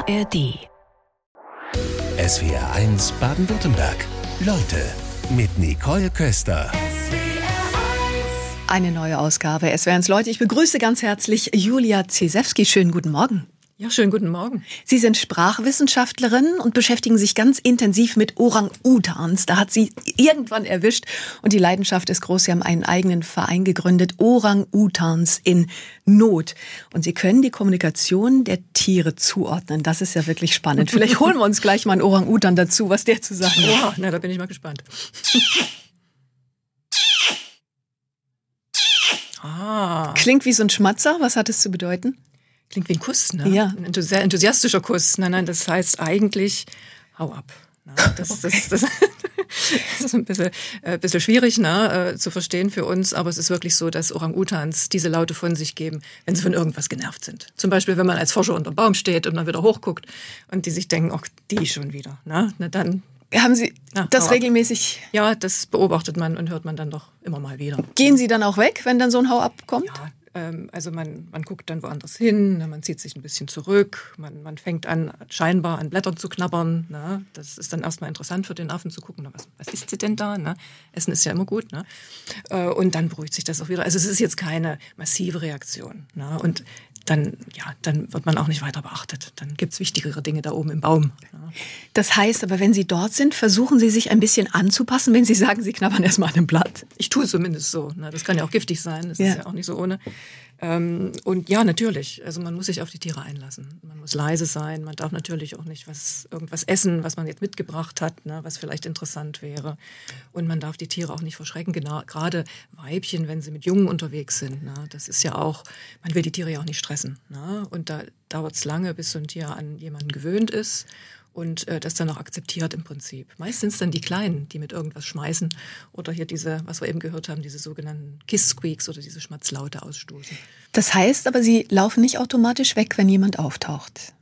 ARD. SWR1 Baden-Württemberg. Leute mit Nicole Köster. Eine neue Ausgabe SWR1 Leute. Ich begrüße ganz herzlich Julia Zesewski. Schönen guten Morgen. Ja, schönen guten Morgen. Sie sind Sprachwissenschaftlerin und beschäftigen sich ganz intensiv mit Orang-Utans. Da hat sie irgendwann erwischt und die Leidenschaft ist groß. Sie haben einen eigenen Verein gegründet, Orang-Utans in Not. Und Sie können die Kommunikation der Tiere zuordnen. Das ist ja wirklich spannend. Vielleicht holen wir uns gleich mal einen Orang-Utan dazu, was der zu sagen hat. Oh, na, da bin ich mal gespannt. Klingt wie so ein Schmatzer. Was hat es zu bedeuten? Klingt wie ein Kuss, ne? Ja. Ein sehr enthusiastischer Kuss. Nein, das heißt eigentlich, hau ab. Das ist ein bisschen schwierig zu verstehen für uns, aber es ist wirklich so, dass Orang-Utans diese Laute von sich geben, wenn sie von irgendwas genervt sind. Zum Beispiel, wenn man als Forscher unter dem Baum steht und dann wieder hochguckt und die sich denken, ach, die schon wieder. Na dann. Haben Sie das regelmäßig? Ja, das beobachtet man und hört man dann doch immer mal wieder. Gehen Sie dann auch weg, wenn dann so ein Hau-Ab kommt? Ja. Also man guckt dann woanders hin, man zieht sich ein bisschen zurück, man fängt an, scheinbar an Blättern zu knabbern. Ne? Das ist dann erstmal interessant für den Affen zu gucken, was ist sie denn da? Ne? Essen ist ja immer gut. Ne? Und dann beruhigt sich das auch wieder. Also es ist jetzt keine massive Reaktion. Ne? Und dann wird man auch nicht weiter beachtet. Dann gibt es wichtigere Dinge da oben im Baum. Ne? Das heißt aber, wenn Sie dort sind, versuchen Sie sich ein bisschen anzupassen, wenn Sie sagen, Sie knabbern erstmal an einem Blatt. Ich tue es zumindest so. Ne? Das kann ja auch giftig sein, das ist ja auch nicht so ohne. Und ja, natürlich, also man muss sich auf die Tiere einlassen. Man muss leise sein, man darf natürlich auch nicht irgendwas essen, was man jetzt mitgebracht hat, ne, was vielleicht interessant wäre. Und man darf die Tiere auch nicht verschrecken, genau, gerade Weibchen, wenn sie mit Jungen unterwegs sind. Ne, das ist ja auch, man will die Tiere ja auch nicht stressen. Ne, und da dauert es lange, bis so ein Tier an jemanden gewöhnt ist. Und das dann auch akzeptiert im Prinzip. Meist sind es dann die Kleinen, die mit irgendwas schmeißen oder hier diese, was wir eben gehört haben, diese sogenannten Kiss-Squeaks oder diese Schmatzlaute ausstoßen. Das heißt aber, Sie laufen nicht automatisch weg, wenn jemand auftaucht?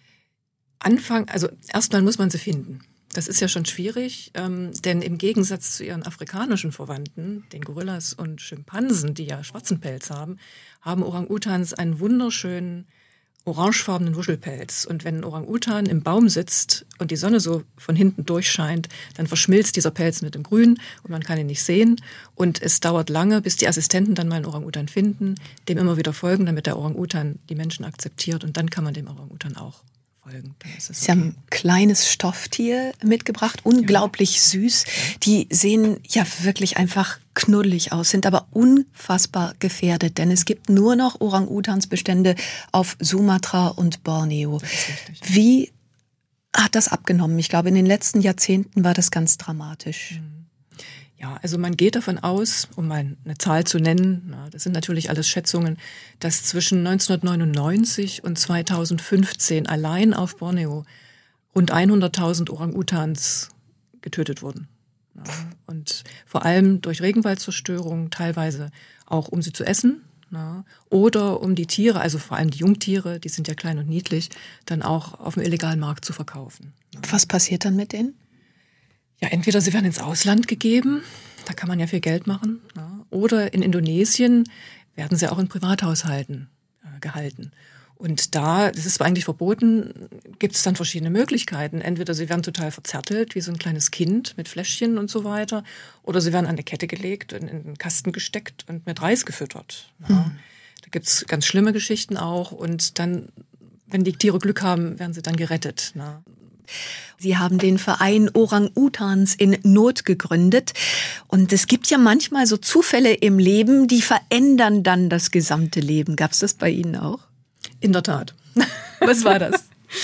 Also erstmal muss man sie finden. Das ist ja schon schwierig, denn im Gegensatz zu ihren afrikanischen Verwandten, den Gorillas und Schimpansen, die ja schwarzen Pelz haben Orang-Utans einen wunderschönen orangefarbenen Wuschelpelz. Und wenn ein Orang-Utan im Baum sitzt und die Sonne so von hinten durchscheint, dann verschmilzt dieser Pelz mit dem Grün und man kann ihn nicht sehen. Und es dauert lange, bis die Assistenten dann mal einen Orang-Utan finden, dem immer wieder folgen, damit der Orang-Utan die Menschen akzeptiert. Und dann kann man dem Orang-Utan auch folgen. Sie haben ein kleines Stofftier mitgebracht, unglaublich süß. Die sehen ja wirklich einfach knuddelig aus, sind aber unfassbar gefährdet, denn es gibt nur noch Orang-Utans-Bestände auf Sumatra und Borneo. Wie hat das abgenommen? Ich glaube, in den letzten Jahrzehnten war das ganz dramatisch. Ja, also man geht davon aus, um mal eine Zahl zu nennen, das sind natürlich alles Schätzungen, dass zwischen 1999 und 2015 allein auf Borneo rund 100.000 Orang-Utans getötet wurden. Und vor allem durch Regenwaldzerstörung, teilweise auch um sie zu essen oder um die Tiere, also vor allem die Jungtiere, die sind ja klein und niedlich, dann auch auf dem illegalen Markt zu verkaufen. Was passiert dann mit denen? Ja, entweder sie werden ins Ausland gegeben, da kann man ja viel Geld machen, oder in Indonesien werden sie auch in Privathaushalten gehalten. Und das ist eigentlich verboten, gibt es dann verschiedene Möglichkeiten. Entweder sie werden total verzärtelt, wie so ein kleines Kind mit Fläschchen und so weiter, oder sie werden an eine Kette gelegt und in einen Kasten gesteckt und mit Reis gefüttert. Da gibt es ganz schlimme Geschichten auch. Und dann, wenn die Tiere Glück haben, werden sie dann gerettet. Sie haben den Verein Orang-Utans in Not gegründet. Und es gibt ja manchmal so Zufälle im Leben, die verändern dann das gesamte Leben. Gab es das bei Ihnen auch? In der Tat. Was war das?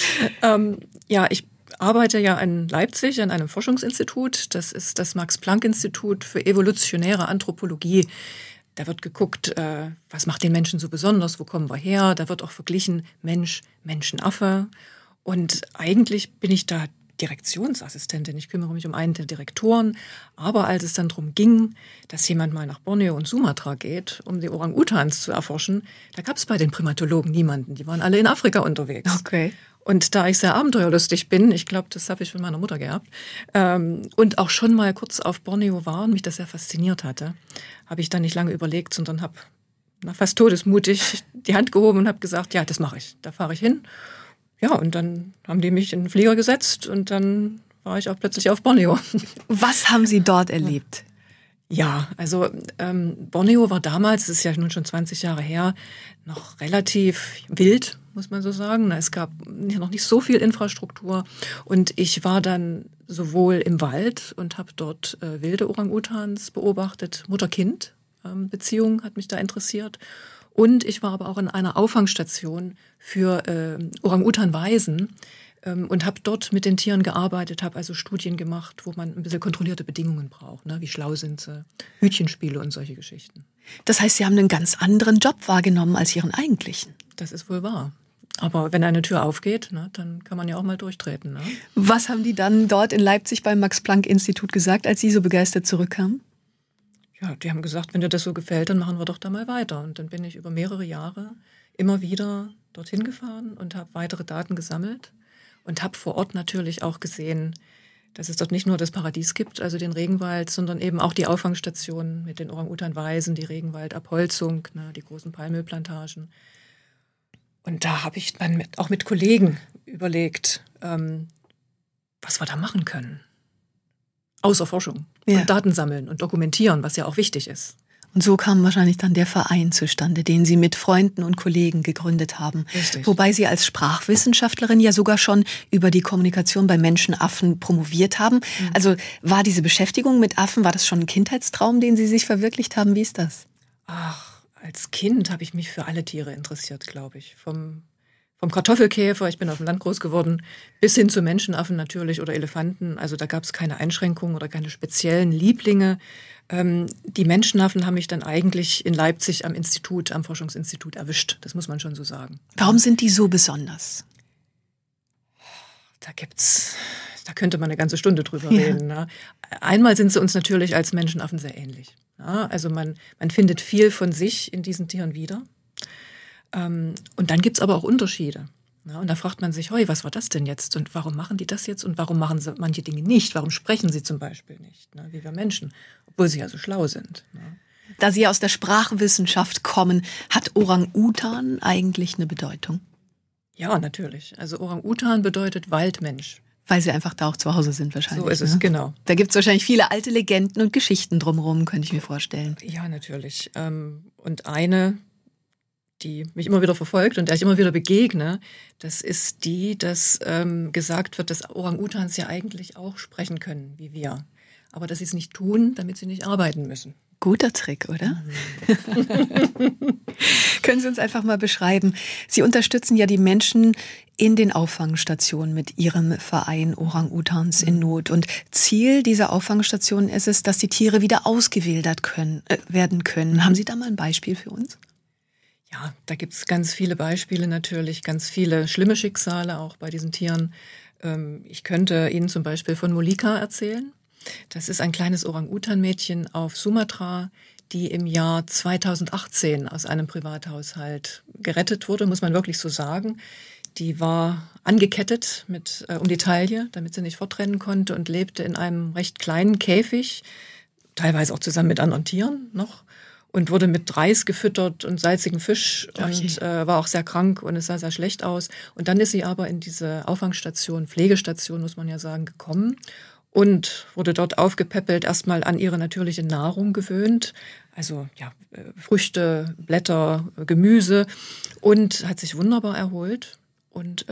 Ich arbeite ja in Leipzig an einem Forschungsinstitut. Das ist das Max-Planck-Institut für evolutionäre Anthropologie. Da wird geguckt, was macht den Menschen so besonders, wo kommen wir her? Da wird auch verglichen Mensch, Menschenaffe. Und eigentlich bin ich da Direktionsassistentin. Ich kümmere mich um einen der Direktoren. Aber als es dann darum ging, dass jemand mal nach Borneo und Sumatra geht, um die Orang-Utans zu erforschen, da gab es bei den Primatologen niemanden. Die waren alle in Afrika unterwegs. Okay. Und da ich sehr abenteuerlustig bin, ich glaube, das habe ich von meiner Mutter geerbt, und auch schon mal kurz auf Borneo war und mich das sehr fasziniert hatte, habe ich dann nicht lange überlegt, sondern habe fast todesmutig die Hand gehoben und habe gesagt, ja, das mache ich. Da fahre ich hin. Ja, und dann haben die mich in den Flieger gesetzt und dann war ich auch plötzlich auf Borneo. Was haben Sie dort erlebt? Ja, also Borneo war damals, das ist ja nun schon 20 Jahre her, noch relativ wild, muss man so sagen. Es gab noch nicht so viel Infrastruktur und ich war dann sowohl im Wald und habe dort wilde Orang-Utans beobachtet. Mutter-Kind-Beziehung hat mich da interessiert. Und ich war aber auch in einer Auffangstation für Orang-Utan-Waisen und habe dort mit den Tieren gearbeitet, habe also Studien gemacht, wo man ein bisschen kontrollierte Bedingungen braucht, ne? Wie schlau sind sie, Hütchenspiele und solche Geschichten. Das heißt, Sie haben einen ganz anderen Job wahrgenommen als Ihren eigentlichen. Das ist wohl wahr. Aber wenn eine Tür aufgeht, ne, dann kann man ja auch mal durchtreten. Ne? Was haben die dann dort in Leipzig beim Max-Planck-Institut gesagt, als Sie so begeistert zurückkamen? Ja, die haben gesagt, wenn dir das so gefällt, dann machen wir doch da mal weiter. Und dann bin ich über mehrere Jahre immer wieder dorthin gefahren und habe weitere Daten gesammelt und habe vor Ort natürlich auch gesehen, dass es dort nicht nur das Paradies gibt, also den Regenwald, sondern eben auch die Auffangstationen mit den Orang-Utan-Waisen, die Regenwaldabholzung, ne, die großen Palmölplantagen. Und da habe ich dann auch mit Kollegen überlegt, was wir da machen können. Außer Forschung. Ja. Und Daten sammeln und dokumentieren, was ja auch wichtig ist. Und so kam wahrscheinlich dann der Verein zustande, den Sie mit Freunden und Kollegen gegründet haben. Richtig. Wobei Sie als Sprachwissenschaftlerin ja sogar schon über die Kommunikation bei Menschenaffen promoviert haben. Also war diese Beschäftigung mit Affen, war das schon ein Kindheitstraum, den Sie sich verwirklicht haben? Wie ist das? Ach, als Kind habe ich mich für alle Tiere interessiert, glaube ich. Vom Kartoffelkäfer, ich bin auf dem Land groß geworden, bis hin zu Menschenaffen natürlich oder Elefanten. Also da gab es keine Einschränkungen oder keine speziellen Lieblinge. Die Menschenaffen haben mich dann eigentlich in Leipzig am Forschungsinstitut erwischt. Das muss man schon so sagen. Warum sind die so besonders? Da könnte man eine ganze Stunde drüber reden. Ne? Einmal sind sie uns natürlich als Menschenaffen sehr ähnlich. Ja? Also man findet viel von sich in diesen Tieren wieder. Und dann gibt es aber auch Unterschiede. Ja, und da fragt man sich, was war das denn jetzt? Und warum machen die das jetzt? Und warum machen sie manche Dinge nicht? Warum sprechen sie zum Beispiel nicht, ne, wie wir Menschen, obwohl sie ja so schlau sind? Ne? Da Sie aus der Sprachwissenschaft kommen, hat Orang-Utan eigentlich eine Bedeutung? Ja, natürlich. Also Orang-Utan bedeutet Waldmensch. Weil Sie einfach da auch zu Hause sind wahrscheinlich. So ist es, genau. Da gibt es wahrscheinlich viele alte Legenden und Geschichten drumherum, könnte ich mir vorstellen. Ja, natürlich. Und eine, die mich immer wieder verfolgt und der ich immer wieder begegne, das ist die, dass gesagt wird, dass Orang-Utans ja eigentlich auch sprechen können, wie wir. Aber dass sie es nicht tun, damit sie nicht arbeiten müssen. Guter Trick, oder? Können Sie uns einfach mal beschreiben? Sie unterstützen ja die Menschen in den Auffangstationen mit Ihrem Verein Orang-Utans in Not. Und Ziel dieser Auffangstationen ist es, dass die Tiere wieder ausgewildert werden können. Haben Sie da mal ein Beispiel für uns? Ja, da gibt es ganz viele Beispiele natürlich, ganz viele schlimme Schicksale auch bei diesen Tieren. Ich könnte Ihnen zum Beispiel von Molika erzählen. Das ist ein kleines Orang-Utan-Mädchen auf Sumatra, die im Jahr 2018 aus einem Privathaushalt gerettet wurde, muss man wirklich so sagen. Die war angekettet um die Taille, damit sie nicht fortrennen konnte und lebte in einem recht kleinen Käfig, teilweise auch zusammen mit anderen Tieren noch. Und wurde mit Reis gefüttert und salzigen Fisch und war auch sehr krank und es sah sehr schlecht aus. Und dann ist sie aber in diese Auffangstation, Pflegestation, muss man ja sagen, gekommen und wurde dort aufgepäppelt, erstmal an ihre natürliche Nahrung gewöhnt. Also ja, Früchte, Blätter, Gemüse und hat sich wunderbar erholt. Und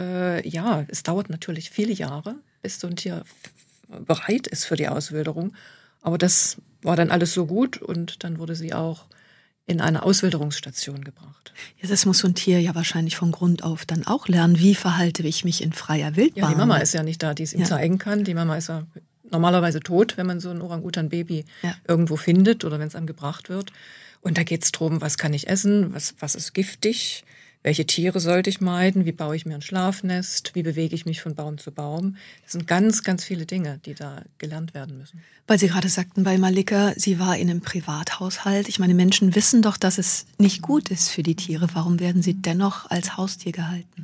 es dauert natürlich viele Jahre, bis so ein Tier bereit ist für die Auswilderung. Aber das war dann alles so gut und dann wurde sie auch in eine Auswilderungsstation gebracht. Ja, das muss so ein Tier ja wahrscheinlich von Grund auf dann auch lernen. Wie verhalte ich mich in freier Wildbahn? Ja, die Mama ist ja nicht da, die es ihm zeigen kann. Die Mama ist ja normalerweise tot, wenn man so ein Orang-Utan-Baby irgendwo findet oder wenn es einem gebracht wird. Und da geht es darum, was kann ich essen, was ist giftig, welche Tiere sollte ich meiden, wie baue ich mir ein Schlafnest, wie bewege ich mich von Baum zu Baum. Das sind ganz, ganz viele Dinge, die da gelernt werden müssen. Weil Sie gerade sagten bei Malika, sie war in einem Privathaushalt. Ich meine, Menschen wissen doch, dass es nicht gut ist für die Tiere. Warum werden sie dennoch als Haustier gehalten?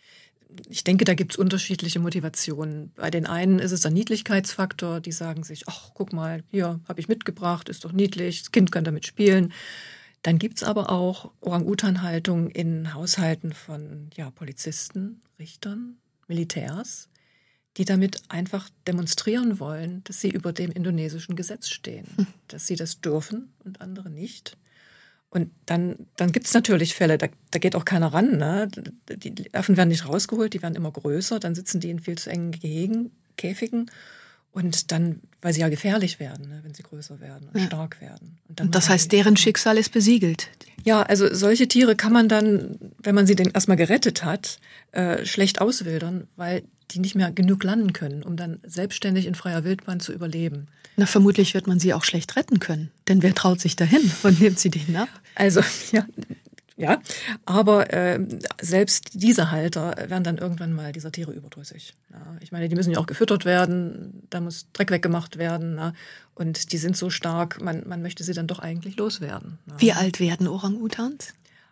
Ich denke, da gibt es unterschiedliche Motivationen. Bei den einen ist es der Niedlichkeitsfaktor. Die sagen sich, ach, guck mal, hier habe ich mitgebracht, ist doch niedlich, das Kind kann damit spielen. Dann gibt es aber auch Orang-Utan-Haltung in Haushalten von Polizisten, Richtern, Militärs, die damit einfach demonstrieren wollen, dass sie über dem indonesischen Gesetz stehen, dass sie das dürfen und andere nicht. Und dann gibt es natürlich Fälle, da geht auch keiner ran. Ne? Die Affen werden nicht rausgeholt, die werden immer größer, dann sitzen die in viel zu engen Käfigen. Und dann, weil sie ja gefährlich werden, ne, wenn sie größer werden und stark werden. Und das heißt, deren Schicksal ist besiegelt. Ja, also solche Tiere kann man dann, wenn man sie denn erstmal gerettet hat, schlecht auswildern, weil die nicht mehr genug landen können, um dann selbstständig in freier Wildbahn zu überleben. Na, vermutlich wird man sie auch schlecht retten können. Denn wer traut sich dahin und nimmt sie denen ab? Also, ja, aber selbst diese Halter werden dann irgendwann mal dieser Tiere überdrüssig. Ja, ich meine, die müssen ja auch gefüttert werden, da muss Dreck weggemacht werden. Na, und die sind so stark, man möchte sie dann doch eigentlich loswerden. Na. Wie alt werden Orang-Utans?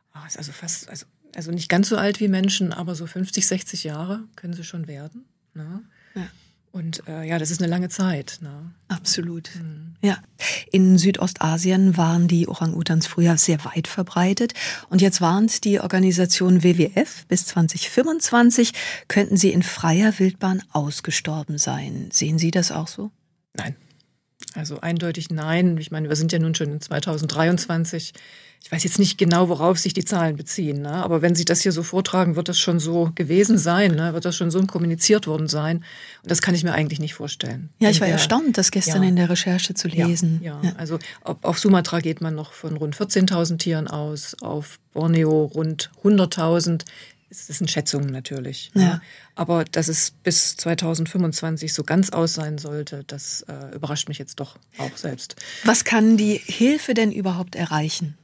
Also nicht ganz so alt wie Menschen, aber so 50, 60 Jahre können sie schon werden. Na. Ja. Und das ist eine lange Zeit. Ne? Absolut. Ja. In Südostasien waren die Orang-Utans früher sehr weit verbreitet. Und jetzt warnt die Organisation WWF, bis 2025 könnten sie in freier Wildbahn ausgestorben sein. Sehen Sie das auch so? Nein. Also eindeutig nein. Ich meine, wir sind ja nun schon in 2023. Ich weiß jetzt nicht genau, worauf sich die Zahlen beziehen. Ne? Aber wenn Sie das hier so vortragen, wird das schon so gewesen sein. Ne? Wird das schon so kommuniziert worden sein. Und das kann ich mir eigentlich nicht vorstellen. Ja, ich war erstaunt, das gestern in der Recherche zu lesen. Ja. Also auf Sumatra geht man noch von rund 14.000 Tieren aus. Auf Borneo rund 100.000. Das sind Schätzungen natürlich. Ja. Ne? Aber dass es bis 2025 so ganz aus sein sollte, das überrascht mich jetzt doch auch selbst. Was kann die Hilfe denn überhaupt erreichen?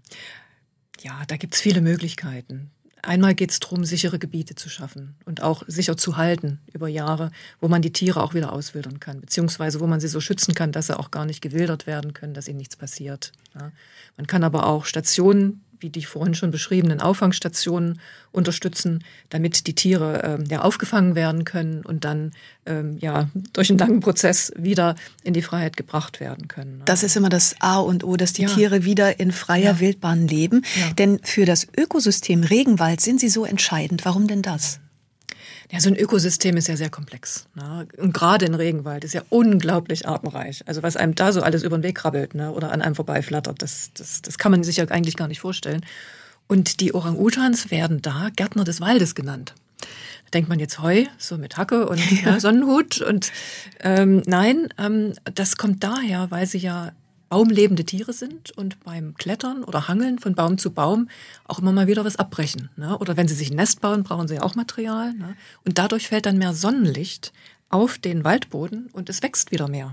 Ja, da gibt es viele Möglichkeiten. Einmal geht es darum, sichere Gebiete zu schaffen und auch sicher zu halten über Jahre, wo man die Tiere auch wieder auswildern kann, beziehungsweise wo man sie so schützen kann, dass sie auch gar nicht gewildert werden können, dass ihnen nichts passiert. Ja. Man kann aber auch Stationen, wie die vorhin schon beschriebenen Auffangstationen, unterstützen, damit die Tiere aufgefangen werden können und dann durch einen langen Prozess wieder in die Freiheit gebracht werden können. Das ist immer das A und O, dass die Tiere wieder in freier Wildbahn leben. Ja. Denn für das Ökosystem Regenwald sind sie so entscheidend. Warum denn das? Ja, so ein Ökosystem ist ja sehr komplex. Ne? Und gerade in Regenwald ist ja unglaublich artenreich. Also was einem da so alles über den Weg krabbelt, ne? Oder an einem vorbeiflattert, das kann man sich ja eigentlich gar nicht vorstellen. Und die Orang-Utans werden da Gärtner des Waldes genannt. Da denkt man jetzt Heu, so mit Hacke und Sonnenhut. Und nein, das kommt daher, weil sie ja baumlebende Tiere sind und beim Klettern oder Hangeln von Baum zu Baum auch immer mal wieder was abbrechen. Ne? Oder wenn sie sich ein Nest bauen, brauchen sie ja auch Material. Ne? Und dadurch fällt dann mehr Sonnenlicht auf den Waldboden und es wächst wieder mehr.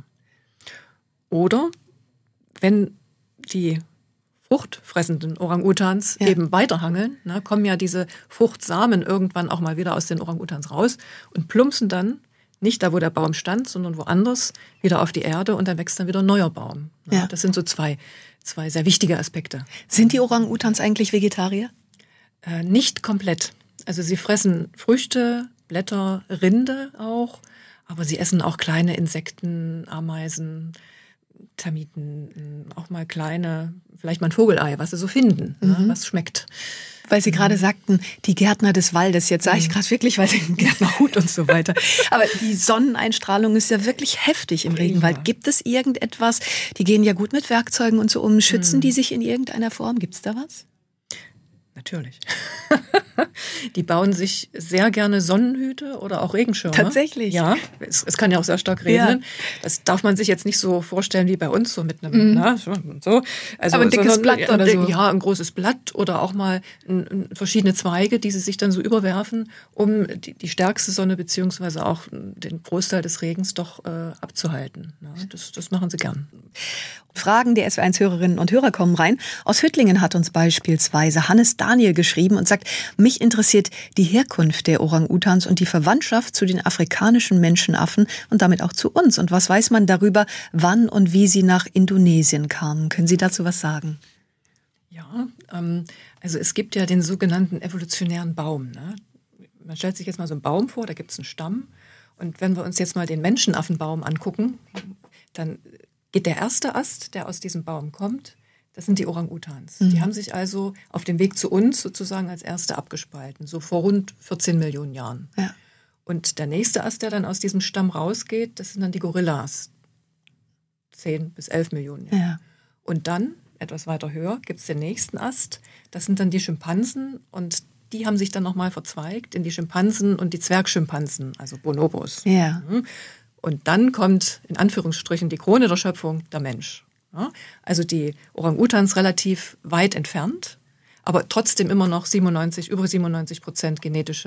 Oder wenn die fruchtfressenden Orang-Utans eben weiterhangeln, ne, kommen ja diese Fruchtsamen irgendwann auch mal wieder aus den Orang-Utans raus und plumpsen dann nicht da, wo der Baum stand, sondern woanders wieder auf die Erde und dann wächst dann wieder ein neuer Baum. Ja. Das sind so zwei sehr wichtige Aspekte. Sind die Orang-Utans eigentlich Vegetarier? Nicht komplett. Also sie fressen Früchte, Blätter, Rinde auch, aber sie essen auch kleine Insekten, Ameisen, Termiten, auch mal kleine, vielleicht mal ein Vogelei, was sie so finden, ne, was schmeckt. Weil Sie gerade sagten, die Gärtner des Waldes. Jetzt sage ich gerade wirklich, weil Sie einen Gärtnerhut und so weiter. Aber die Sonneneinstrahlung ist ja wirklich heftig im Regenwald. Gibt es irgendetwas? Die gehen ja gut mit Werkzeugen und so um. Schützen die sich in irgendeiner Form? Gibt es da was? Natürlich. Die bauen sich sehr gerne Sonnenhüte oder auch Regenschirme. Tatsächlich? Ja, es kann ja auch sehr stark regnen. Ja. Das darf man sich jetzt nicht so vorstellen wie bei uns, so mit einem, so. Also, aber ein dickes Blatt oder so? Ja, ein großes Blatt oder auch mal verschiedene Zweige, die sie sich dann so überwerfen, um die stärkste Sonne beziehungsweise auch den Großteil des Regens doch abzuhalten. Ja, das machen sie gern. Fragen der SW1-Hörerinnen und Hörer kommen rein. Aus Hüttlingen hat uns beispielsweise Hannes Daniel geschrieben und sagt, mich interessiert die Herkunft der Orang-Utans und die Verwandtschaft zu den afrikanischen Menschenaffen und damit auch zu uns. Und was weiß man darüber, wann und wie sie nach Indonesien kamen? Können Sie dazu was sagen? Ja, also es gibt ja den sogenannten evolutionären Baum. Ne? Man stellt sich jetzt mal so einen Baum vor, da gibt es einen Stamm. Und wenn wir uns jetzt mal den Menschenaffenbaum angucken, dann geht der erste Ast, der aus diesem Baum kommt, Das sind die Orang-Utans. Die haben sich also auf dem Weg zu uns sozusagen als erste abgespalten, so vor rund 14 Millionen Jahren. Ja. Und der nächste Ast, der dann aus diesem Stamm rausgeht, das sind dann die Gorillas. 10 bis 11 Millionen Jahre. Ja. Und dann, etwas weiter höher, gibt es den nächsten Ast. Das sind dann die Schimpansen und die haben sich dann nochmal verzweigt in die Schimpansen und die Zwergschimpansen, also Bonobos. Ja. Und dann kommt in Anführungsstrichen die Krone der Schöpfung, der Mensch. Ja. Also die Orang-Utans relativ weit entfernt, aber trotzdem immer noch über 97%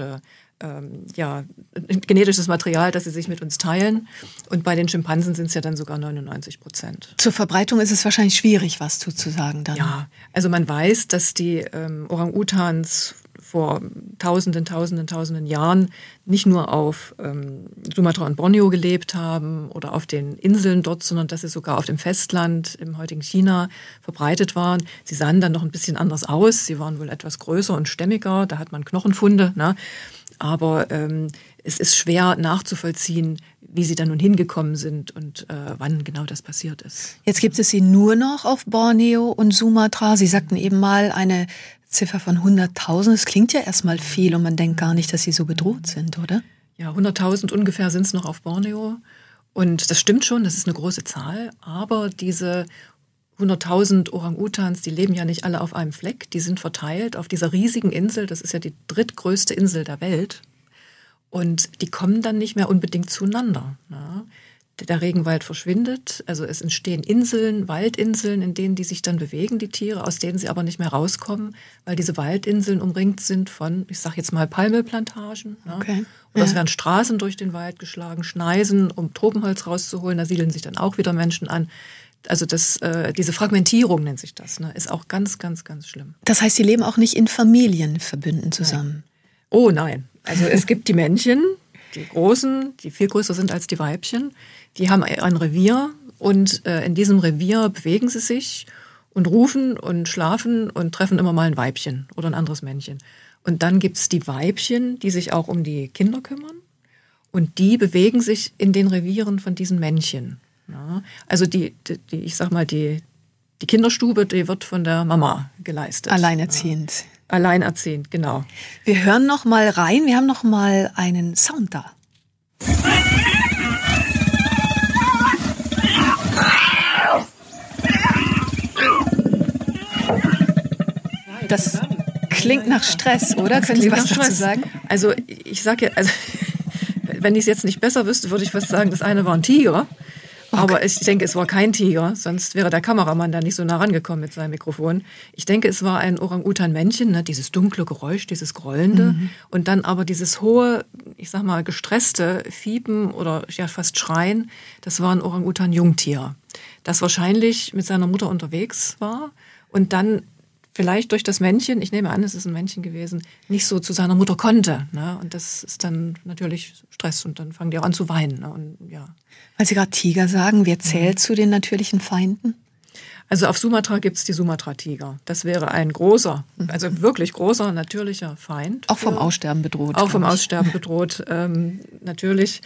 genetisches Material, das sie sich mit uns teilen. Und bei den Schimpansen sind es ja dann sogar 99%. Zur Verbreitung ist es wahrscheinlich schwierig, was zu sagen dann. Ja, also man weiß, dass die Orang-Utans vor tausenden Jahren nicht nur auf Sumatra und Borneo gelebt haben oder auf den Inseln dort, sondern dass sie sogar auf dem Festland im heutigen China verbreitet waren. Sie sahen dann noch ein bisschen anders aus. Sie waren wohl etwas größer und stämmiger. Da hat man Knochenfunde. Ne? Aber es ist schwer nachzuvollziehen, wie sie da nun hingekommen sind und wann genau das passiert ist. Jetzt gibt es sie nur noch auf Borneo und Sumatra. Sie sagten eben mal eine Ziffer von 100.000. Das klingt ja erstmal viel und man denkt gar nicht, dass sie so bedroht sind, oder? Ja, 100.000 ungefähr sind es noch auf Borneo. Und das stimmt schon, das ist eine große Zahl. Aber diese 100.000 Orang-Utans, die leben ja nicht alle auf einem Fleck. Die sind verteilt auf dieser riesigen Insel. Das ist ja die drittgrößte Insel der Welt. Und die kommen dann nicht mehr unbedingt zueinander. Ne? Der Regenwald verschwindet, also es entstehen Inseln, Waldinseln, in denen die sich dann bewegen, die Tiere, aus denen sie aber nicht mehr rauskommen, weil diese Waldinseln umringt sind von, ich sag jetzt mal, Palmölplantagen. Okay. Oder es werden Straßen durch den Wald geschlagen, Schneisen, um Tropenholz rauszuholen, da siedeln sich dann auch wieder Menschen an. Also diese Fragmentierung nennt sich das, ne, ist auch ganz, ganz, ganz schlimm. Das heißt, sie leben auch nicht in Familienverbünden zusammen? Nein. Oh nein, also es gibt die Männchen, die Großen, die viel größer sind als die Weibchen, die haben ein Revier und in diesem Revier bewegen sie sich und rufen und schlafen und treffen immer mal ein Weibchen oder ein anderes Männchen. Und dann gibt es die Weibchen, die sich auch um die Kinder kümmern und die bewegen sich in den Revieren von diesen Männchen. Ja, also die Kinderstube, die wird von der Mama geleistet. Alleinerziehend. Ja. Alleinerziehend, genau. Wir hören noch mal rein. Wir haben noch mal einen Sound da. Das klingt nach Stress, oder? Können Sie was dazu sagen? Also ich sage ja, wenn ich es jetzt nicht besser wüsste, würde ich fast sagen, das eine war ein Tiger. Okay. Aber ich denke, es war kein Tiger, sonst wäre der Kameramann da nicht so nah rangekommen mit seinem Mikrofon. Ich denke, es war ein Orang-Utan-Männchen, ne, dieses dunkle Geräusch, dieses Grollende und dann aber dieses hohe, ich sag mal, gestresste Fiepen oder ja fast Schreien, das war ein Orang-Utan-Jungtier, das wahrscheinlich mit seiner Mutter unterwegs war und dann vielleicht durch das Männchen, ich nehme an, es ist ein Männchen gewesen, nicht so zu seiner Mutter konnte. Ne? Und das ist dann natürlich Stress und dann fangen die auch an zu weinen. Ne? Und, ja. Weil Sie gerade Tiger sagen, wer zählt zu den natürlichen Feinden? Also auf Sumatra gibt es die Sumatra-Tiger. Das wäre ein großer, also wirklich großer, natürlicher Feind. Auch vom Aussterben bedroht. Auch vom Aussterben bedroht, natürlich.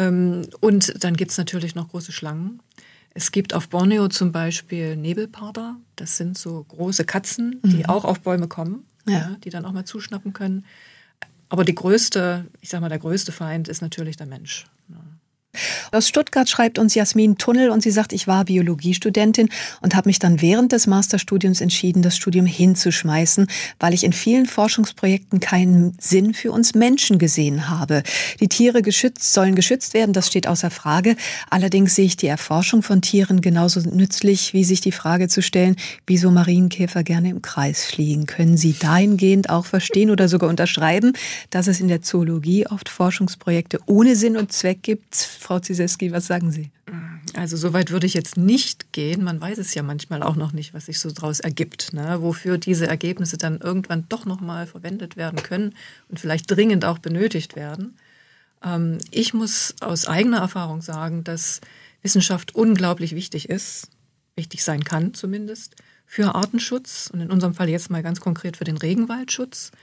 Und dann gibt es natürlich noch große Schlangen. Es gibt auf Borneo zum Beispiel Nebelparder. Das sind so große Katzen, die auch auf Bäume kommen, ja, die dann auch mal zuschnappen können. Aber der größte Feind ist natürlich der Mensch. Ja. Aus Stuttgart schreibt uns Jasmin Tunnel und sie sagt, ich war Biologiestudentin und habe mich dann während des Masterstudiums entschieden, das Studium hinzuschmeißen, weil ich in vielen Forschungsprojekten keinen Sinn für uns Menschen gesehen habe. Die Tiere sollen geschützt werden, das steht außer Frage. Allerdings sehe ich die Erforschung von Tieren genauso nützlich, wie sich die Frage zu stellen, wieso Marienkäfer gerne im Kreis fliegen. Können Sie dahingehend auch verstehen oder sogar unterschreiben, dass es in der Zoologie oft Forschungsprojekte ohne Sinn und Zweck gibt? Frau Ziseski, was sagen Sie? Also so weit würde ich jetzt nicht gehen. Man weiß es ja manchmal auch noch nicht, was sich so daraus ergibt, ne? Wofür diese Ergebnisse dann irgendwann doch noch mal verwendet werden können und vielleicht dringend auch benötigt werden. Ich muss aus eigener Erfahrung sagen, dass Wissenschaft unglaublich wichtig sein kann zumindest, für Artenschutz und in unserem Fall jetzt mal ganz konkret für den Regenwaldschutz.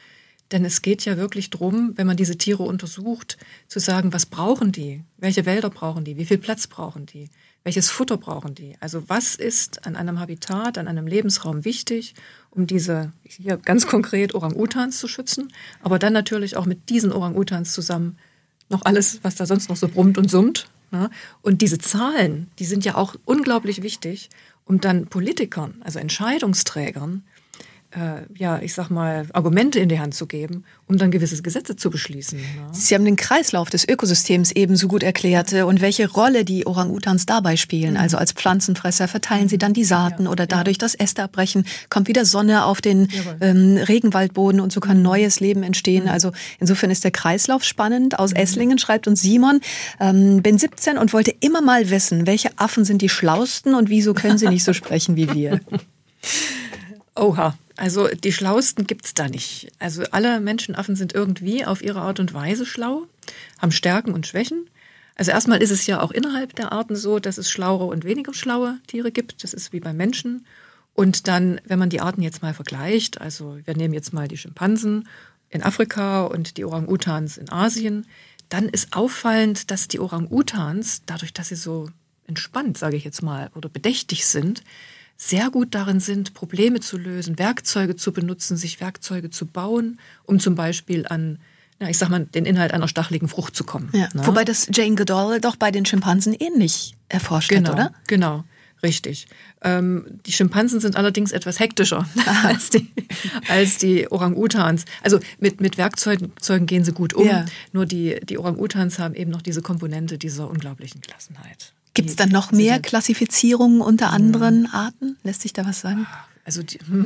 Denn es geht ja wirklich darum, wenn man diese Tiere untersucht, zu sagen, was brauchen die? Welche Wälder brauchen die? Wie viel Platz brauchen die? Welches Futter brauchen die? Also was ist an einem Habitat, an einem Lebensraum wichtig, um diese, hier ganz konkret Orang-Utans zu schützen, aber dann natürlich auch mit diesen Orang-Utans zusammen noch alles, was da sonst noch so brummt und summt. Ne? Und diese Zahlen, die sind ja auch unglaublich wichtig, um dann Politikern, also Entscheidungsträgern, ich sag mal, Argumente in die Hand zu geben, um dann gewisse Gesetze zu beschließen. Ja. Sie haben den Kreislauf des Ökosystems ebenso gut erklärt und welche Rolle die Orang-Utans dabei spielen. Also als Pflanzenfresser verteilen sie dann die Saaten oder dadurch das Äste abbrechen, kommt wieder Sonne auf den Regenwaldboden und so kann neues Leben entstehen. Also insofern ist der Kreislauf spannend. Aus Esslingen schreibt uns Simon, bin 17 und wollte immer mal wissen, welche Affen sind die schlausten und wieso können sie nicht so sprechen wie wir? Oha, also die Schlauesten gibt's da nicht. Also alle Menschenaffen sind irgendwie auf ihre Art und Weise schlau, haben Stärken und Schwächen. Also erstmal ist es ja auch innerhalb der Arten so, dass es schlauere und weniger schlaue Tiere gibt. Das ist wie beim Menschen. Und dann, wenn man die Arten jetzt mal vergleicht, also wir nehmen jetzt mal die Schimpansen in Afrika und die Orang-Utans in Asien, dann ist auffallend, dass die Orang-Utans, dadurch, dass sie so entspannt, sage ich jetzt mal, oder bedächtig sind, sehr gut darin sind, Probleme zu lösen, Werkzeuge zu benutzen, sich Werkzeuge zu bauen, um zum Beispiel an, den Inhalt einer stacheligen Frucht zu kommen. Ja. Wobei das Jane Goodall doch bei den Schimpansen ähnlich erforscht hat, oder? Genau, richtig. Die Schimpansen sind allerdings etwas hektischer als die Orang-Utans. Also mit Werkzeugen gehen sie gut um, nur die Orang-Utans haben eben noch diese Komponente dieser unglaublichen Gelassenheit. Gibt es dann noch mehr Klassifizierungen unter anderen Arten? Lässt sich da was sagen? Also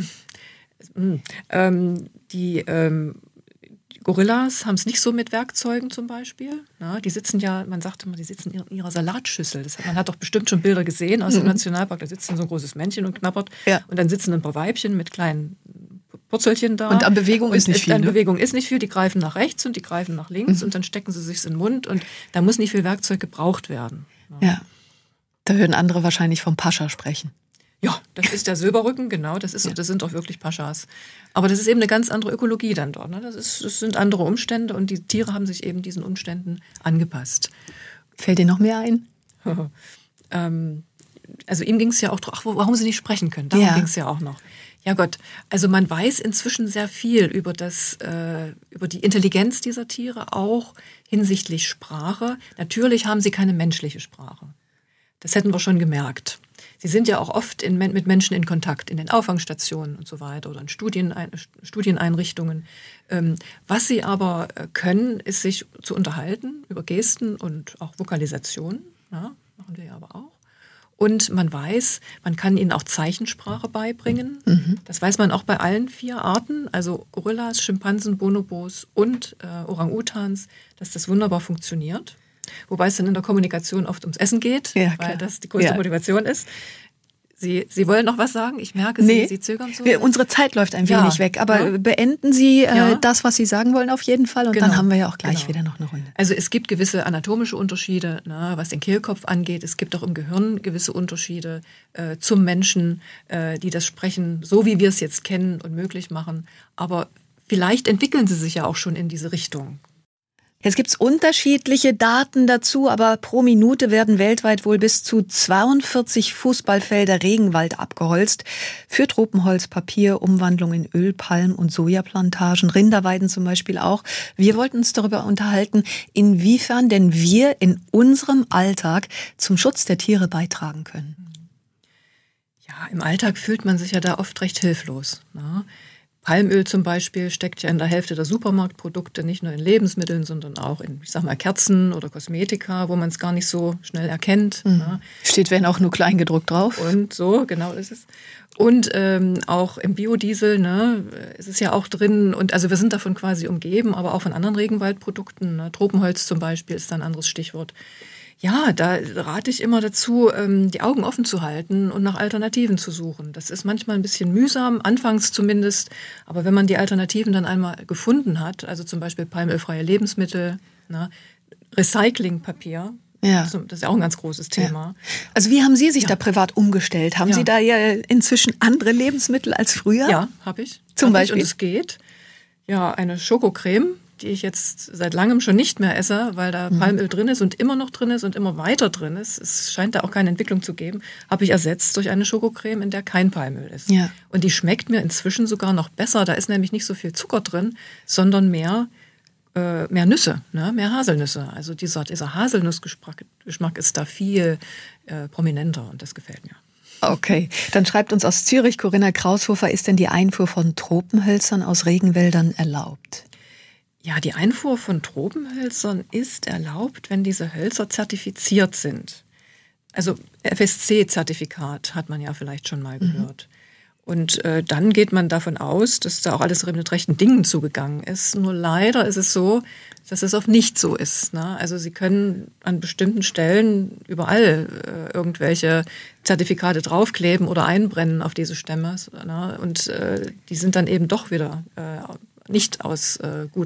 die Gorillas haben es nicht so mit Werkzeugen zum Beispiel. Na, die sitzen ja, man sagt immer, die sitzen in ihrer Salatschüssel. Man hat doch bestimmt schon Bilder gesehen aus dem Nationalpark. Da sitzt so ein großes Männchen und knabbert. Ja. Und dann sitzen ein paar Weibchen mit kleinen Purzelchen da. Und an Bewegung ist nicht viel. Bewegung ist nicht viel. Die greifen nach rechts und die greifen nach links und dann stecken sie sich in den Mund. Und da muss nicht viel Werkzeug gebraucht werden. Ja. Da würden andere wahrscheinlich vom Pascha sprechen. Ja, das ist der Silberrücken, genau. Das sind doch wirklich Paschas. Aber das ist eben eine ganz andere Ökologie dann dort. Ne? Das sind andere Umstände und die Tiere haben sich eben diesen Umständen angepasst. Fällt dir noch mehr ein? Also ihm ging es ja auch darum, warum sie nicht sprechen können. Darum ging es ja auch noch. Ja Gott, also man weiß inzwischen sehr viel über die Intelligenz dieser Tiere, auch hinsichtlich Sprache. Natürlich haben sie keine menschliche Sprache. Das hätten wir schon gemerkt. Sie sind ja auch oft mit Menschen in Kontakt, in den Auffangstationen und so weiter oder in Studieneinrichtungen. Was sie aber können, ist sich zu unterhalten über Gesten und auch Vokalisation. Ja, machen wir ja aber auch. Und man weiß, man kann ihnen auch Zeichensprache beibringen. Das weiß man auch bei allen 4 Arten, also Gorillas, Schimpansen, Bonobos und Orang-Utans, dass das wunderbar funktioniert. Wobei es dann in der Kommunikation oft ums Essen geht, weil das die größte Motivation ist. Sie wollen noch was sagen? Ich merke, Sie zögern so. Unsere Zeit läuft ein wenig weg, aber beenden Sie das, was Sie sagen wollen, auf jeden Fall. Und dann haben wir ja auch gleich wieder noch eine Runde. Also es gibt gewisse anatomische Unterschiede, was den Kehlkopf angeht. Es gibt auch im Gehirn gewisse Unterschiede zum Menschen, die das Sprechen, so wie wir es jetzt kennen und möglich machen. Aber vielleicht entwickeln sie sich ja auch schon in diese Richtung. Jetzt gibt's unterschiedliche Daten dazu, aber pro Minute werden weltweit wohl bis zu 42 Fußballfelder Regenwald abgeholzt. Für Tropenholz, Papier, Umwandlung in Öl, Palm- und Sojaplantagen, Rinderweiden zum Beispiel auch. Wir wollten uns darüber unterhalten, inwiefern denn wir in unserem Alltag zum Schutz der Tiere beitragen können. Ja, im Alltag fühlt man sich ja da oft recht hilflos, ne? Palmöl zum Beispiel steckt ja in der Hälfte der Supermarktprodukte, nicht nur in Lebensmitteln, sondern auch in, Kerzen oder Kosmetika, wo man es gar nicht so schnell erkennt. Ja. Steht, wenn auch nur kleingedruckt drauf. Und so, genau ist es. Und auch im Biodiesel, ne, ist es ja auch drin. Und also wir sind davon quasi umgeben, aber auch von anderen Regenwaldprodukten. Ne. Tropenholz zum Beispiel ist ein anderes Stichwort. Ja, da rate ich immer dazu, die Augen offen zu halten und nach Alternativen zu suchen. Das ist manchmal ein bisschen mühsam, anfangs zumindest. Aber wenn man die Alternativen dann einmal gefunden hat, also zum Beispiel palmölfreie Lebensmittel, Recyclingpapier, das ist ja auch ein ganz großes Thema. Ja. Also wie haben Sie sich da privat umgestellt? Haben Sie da ja inzwischen andere Lebensmittel als früher? Ja, habe ich. Zum Beispiel? Und es geht. Ja, eine Schokocreme, die ich jetzt seit langem schon nicht mehr esse, weil da Palmöl drin ist und immer noch drin ist und immer weiter drin ist. Es scheint da auch keine Entwicklung zu geben. Habe ich ersetzt durch eine Schokocreme, in der kein Palmöl ist. Ja. Und die schmeckt mir inzwischen sogar noch besser. Da ist nämlich nicht so viel Zucker drin, sondern mehr Nüsse, ne? Mehr Haselnüsse. Also dieser Haselnussgeschmack ist da viel prominenter und das gefällt mir. Okay, dann schreibt uns aus Zürich Corinna Kraushofer, ist denn die Einfuhr von Tropenhölzern aus Regenwäldern erlaubt? Ja, die Einfuhr von Tropenhölzern ist erlaubt, wenn diese Hölzer zertifiziert sind. Also FSC-Zertifikat hat man ja vielleicht schon mal gehört. Und dann geht man davon aus, dass da auch alles mit rechten Dingen zugegangen ist. Nur leider ist es so, dass es oft nicht so ist. Ne? Also Sie können an bestimmten Stellen überall irgendwelche Zertifikate draufkleben oder einbrennen auf diese Stämme. Ne? Und die sind dann eben doch wieder nicht aus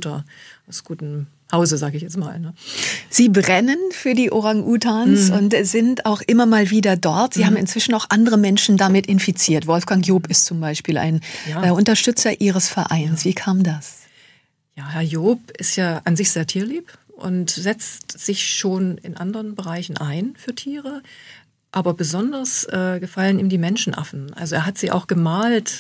gutem Hause, sage ich jetzt mal. Ne? Sie brennen für die Orang-Utans und sind auch immer mal wieder dort. Sie haben inzwischen auch andere Menschen damit infiziert. Wolfgang Job ist zum Beispiel ein Unterstützer Ihres Vereins. Wie kam das? Ja, Herr Job ist ja an sich sehr tierlieb und setzt sich schon in anderen Bereichen ein für Tiere. Aber besonders gefallen ihm die Menschenaffen. Also er hat sie auch gemalt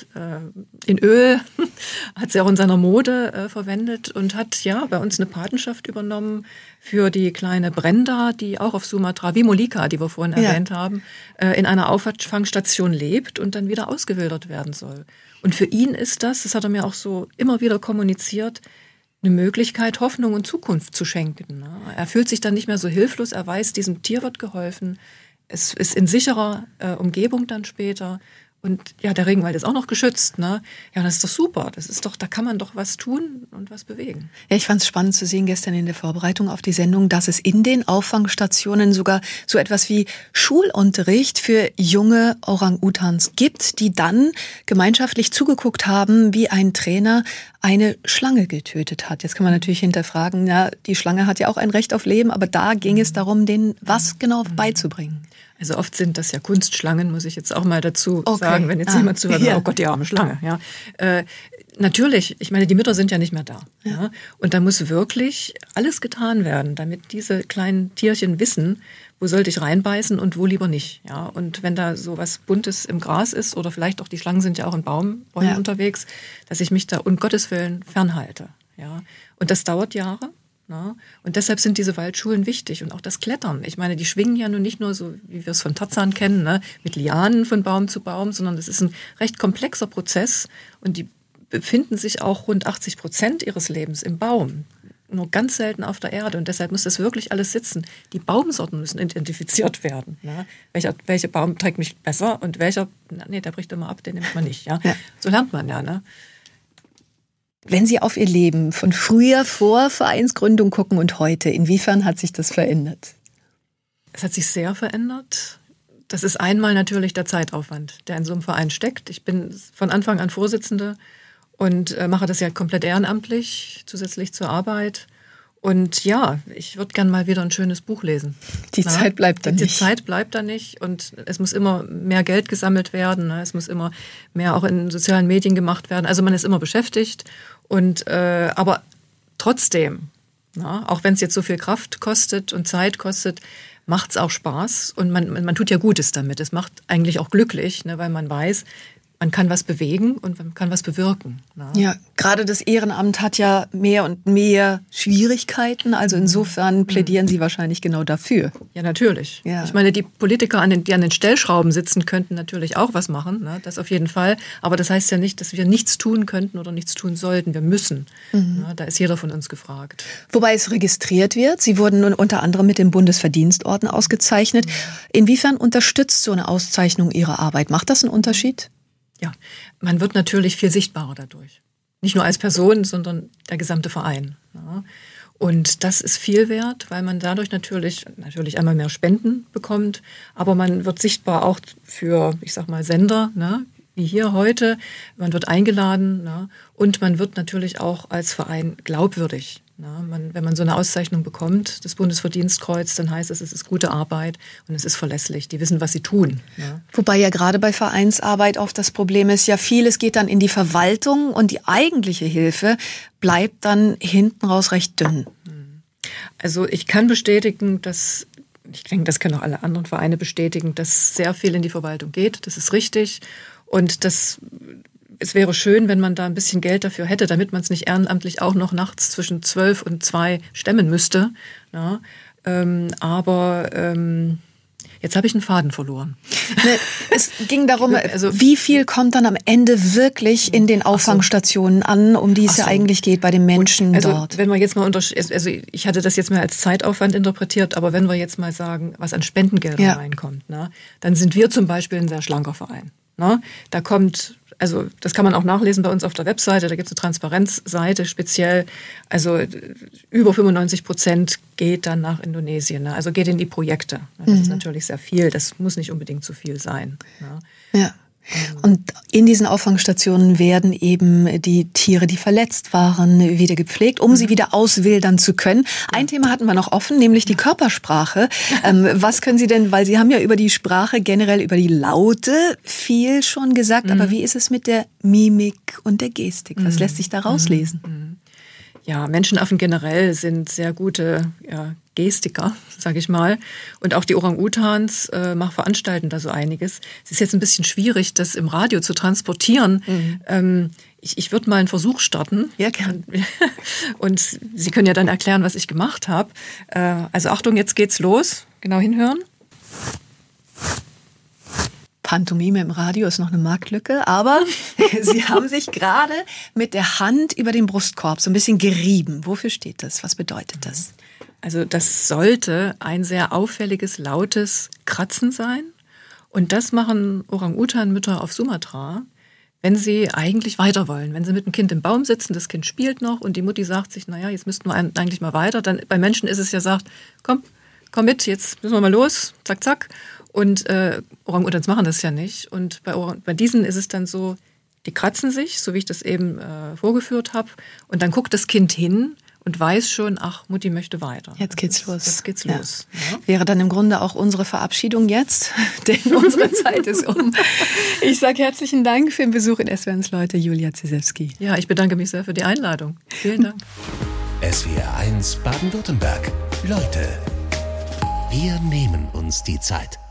in Öl, hat sie auch in seiner Mode verwendet und hat bei uns eine Patenschaft übernommen für die kleine Brenda, die auch auf Sumatra, wie Molika, die wir vorhin erwähnt haben, in einer Auffangstation lebt und dann wieder ausgewildert werden soll. Und für ihn ist das hat er mir auch so immer wieder kommuniziert, eine Möglichkeit, Hoffnung und Zukunft zu schenken. Ne? Er fühlt sich dann nicht mehr so hilflos, er weiß, diesem Tier wird geholfen. Es ist in sicherer Umgebung dann später. Und ja, der Regenwald ist auch noch geschützt. Ne? Ja, das ist doch super. Da kann man doch was tun und was bewegen. Ja, ich fand es spannend zu sehen gestern in der Vorbereitung auf die Sendung, dass es in den Auffangstationen sogar so etwas wie Schulunterricht für junge Orang-Utans gibt, die dann gemeinschaftlich zugeguckt haben, wie ein Trainer eine Schlange getötet hat. Jetzt kann man natürlich hinterfragen, die Schlange hat ja auch ein Recht auf Leben, aber da ging es darum, denen was genau beizubringen. Also oft sind das ja Kunstschlangen, muss ich jetzt auch mal dazu sagen, wenn jetzt jemand zuhört, oh Gott, die arme Schlange. Ja. Natürlich, ich meine, die Mütter sind ja nicht mehr da. Ja. Und da muss wirklich alles getan werden, damit diese kleinen Tierchen wissen, wo sollte ich reinbeißen und wo lieber nicht. Ja. Und wenn da so was Buntes im Gras ist oder vielleicht auch die Schlangen sind ja auch in Bäumen unterwegs, dass ich mich da um Gottes Willen fernhalte. Ja. Und das dauert Jahre. Na? Und deshalb sind diese Waldschulen wichtig und auch das Klettern. Ich meine, die schwingen ja nun nicht nur so, wie wir es von Tarzan kennen, ne? Mit Lianen von Baum zu Baum, sondern das ist ein recht komplexer Prozess und die befinden sich auch rund 80% ihres Lebens im Baum. Nur ganz selten auf der Erde und deshalb muss das wirklich alles sitzen. Die Baumsorten müssen identifiziert werden. Ne? Welcher Baum trägt mich besser und welcher, der bricht immer ab, den nimmt man nicht. Ja? So lernt man ja, ne? Wenn Sie auf Ihr Leben von früher vor Vereinsgründung gucken und heute, inwiefern hat sich das verändert? Es hat sich sehr verändert. Das ist einmal natürlich der Zeitaufwand, der in so einem Verein steckt. Ich bin von Anfang an Vorsitzende und mache das ja komplett ehrenamtlich, zusätzlich zur Arbeit. Und ja, ich würde gern mal wieder ein schönes Buch lesen. Die Zeit bleibt da nicht. Die Zeit bleibt da nicht und es muss immer mehr Geld gesammelt werden. Es muss immer mehr auch in sozialen Medien gemacht werden. Also man ist immer beschäftigt. Und aber trotzdem, auch wenn es jetzt so viel Kraft kostet und Zeit kostet, macht es auch Spaß. Und man tut ja Gutes damit. Es macht eigentlich auch glücklich, weil man weiß, man kann was bewegen und man kann was bewirken. Ne? Ja, gerade das Ehrenamt hat ja mehr und mehr Schwierigkeiten. Also insofern plädieren Sie wahrscheinlich genau dafür. Ja, natürlich. Ja. Ich meine, die Politiker, die an den Stellschrauben sitzen, könnten natürlich auch was machen. Ne? Das auf jeden Fall. Aber das heißt ja nicht, dass wir nichts tun könnten oder nichts tun sollten. Wir müssen. Ne? Da ist jeder von uns gefragt. Wobei es registriert wird. Sie wurden nun unter anderem mit dem Bundesverdienstorden ausgezeichnet. Inwiefern unterstützt so eine Auszeichnung Ihre Arbeit? Macht das einen Unterschied? Ja, man wird natürlich viel sichtbarer dadurch. Nicht nur als Person, sondern der gesamte Verein. Ja. Und das ist viel wert, weil man dadurch natürlich einmal mehr Spenden bekommt, aber man wird sichtbar auch für, ich sag mal, Sender, ne, wie hier heute. Man wird eingeladen, ne? Und man wird natürlich auch als Verein glaubwürdig. Na, wenn man so eine Auszeichnung bekommt, das Bundesverdienstkreuz, dann heißt es ist gute Arbeit und es ist verlässlich. Die wissen, was sie tun. Ja. Wobei ja gerade bei Vereinsarbeit oft das Problem ist, ja vieles geht dann in die Verwaltung und die eigentliche Hilfe bleibt dann hinten raus recht dünn. Also ich kann bestätigen, ich denke, das können auch alle anderen Vereine bestätigen, dass sehr viel in die Verwaltung geht. Das ist richtig. Und es wäre schön, wenn man da ein bisschen Geld dafür hätte, damit man es nicht ehrenamtlich auch noch nachts zwischen 12 und 2 stemmen müsste. Ja, jetzt habe ich einen Faden verloren. Es ging darum, wie viel kommt dann am Ende wirklich in den Auffangstationen an, um die es ja eigentlich geht bei den Menschen dort. Wenn wir jetzt mal ich hatte das jetzt mal als Zeitaufwand interpretiert, aber wenn wir jetzt mal sagen, was an Spendengeldern reinkommt, ne, dann sind wir zum Beispiel ein sehr schlanker Verein. Ne? Da kommt, das kann man auch nachlesen bei uns auf der Webseite, da gibt es eine Transparenzseite speziell, über 95% geht dann nach Indonesien, ne? Also geht in die Projekte. Das ist natürlich sehr viel, das muss nicht unbedingt zu viel sein. Ne? Ja. Und in diesen Auffangstationen werden eben die Tiere, die verletzt waren, wieder gepflegt, um sie wieder auswildern zu können. Ein Thema hatten wir noch offen, nämlich die Körpersprache. Was können Sie denn, weil Sie haben ja über die Sprache generell, über die Laute viel schon gesagt, aber wie ist es mit der Mimik und der Gestik? Was lässt sich da rauslesen? Ja, Menschenaffen generell sind sehr gute Gestiker, sage ich mal. Und auch die Orang-Utans veranstalten da so einiges. Es ist jetzt ein bisschen schwierig, das im Radio zu transportieren. Ich würde mal einen Versuch starten. Ja, gern. Und Sie können ja dann erklären, was ich gemacht habe. Also Achtung, jetzt geht's los. Genau hinhören. Pantomime im Radio ist noch eine Marktlücke, aber Sie haben sich gerade mit der Hand über den Brustkorb so ein bisschen gerieben. Wofür steht das? Was bedeutet das? Also das sollte ein sehr auffälliges, lautes Kratzen sein. Und das machen Orang-Utan-Mütter auf Sumatra, wenn sie eigentlich weiter wollen. Wenn sie mit dem Kind im Baum sitzen, das Kind spielt noch und die Mutti sagt sich, naja, jetzt müssten wir eigentlich mal weiter. Dann bei Menschen ist es ja sagt, komm mit, jetzt müssen wir mal los, zack, zack. Und Orang-Utans machen das ja nicht. Und bei diesen ist es dann so, die kratzen sich, so wie ich das eben vorgeführt habe. Und dann guckt das Kind hin und weiß schon, ach, Mutti möchte weiter. Jetzt geht's los. Jetzt geht's los. Ja. Wäre dann im Grunde auch unsere Verabschiedung jetzt, denn unsere Zeit ist um. Ich sage herzlichen Dank für den Besuch in SWR's Leute, Julia Zizewski. Ja, ich bedanke mich sehr für die Einladung. Vielen Dank. SWR 1 Baden-Württemberg. Leute, wir nehmen uns die Zeit.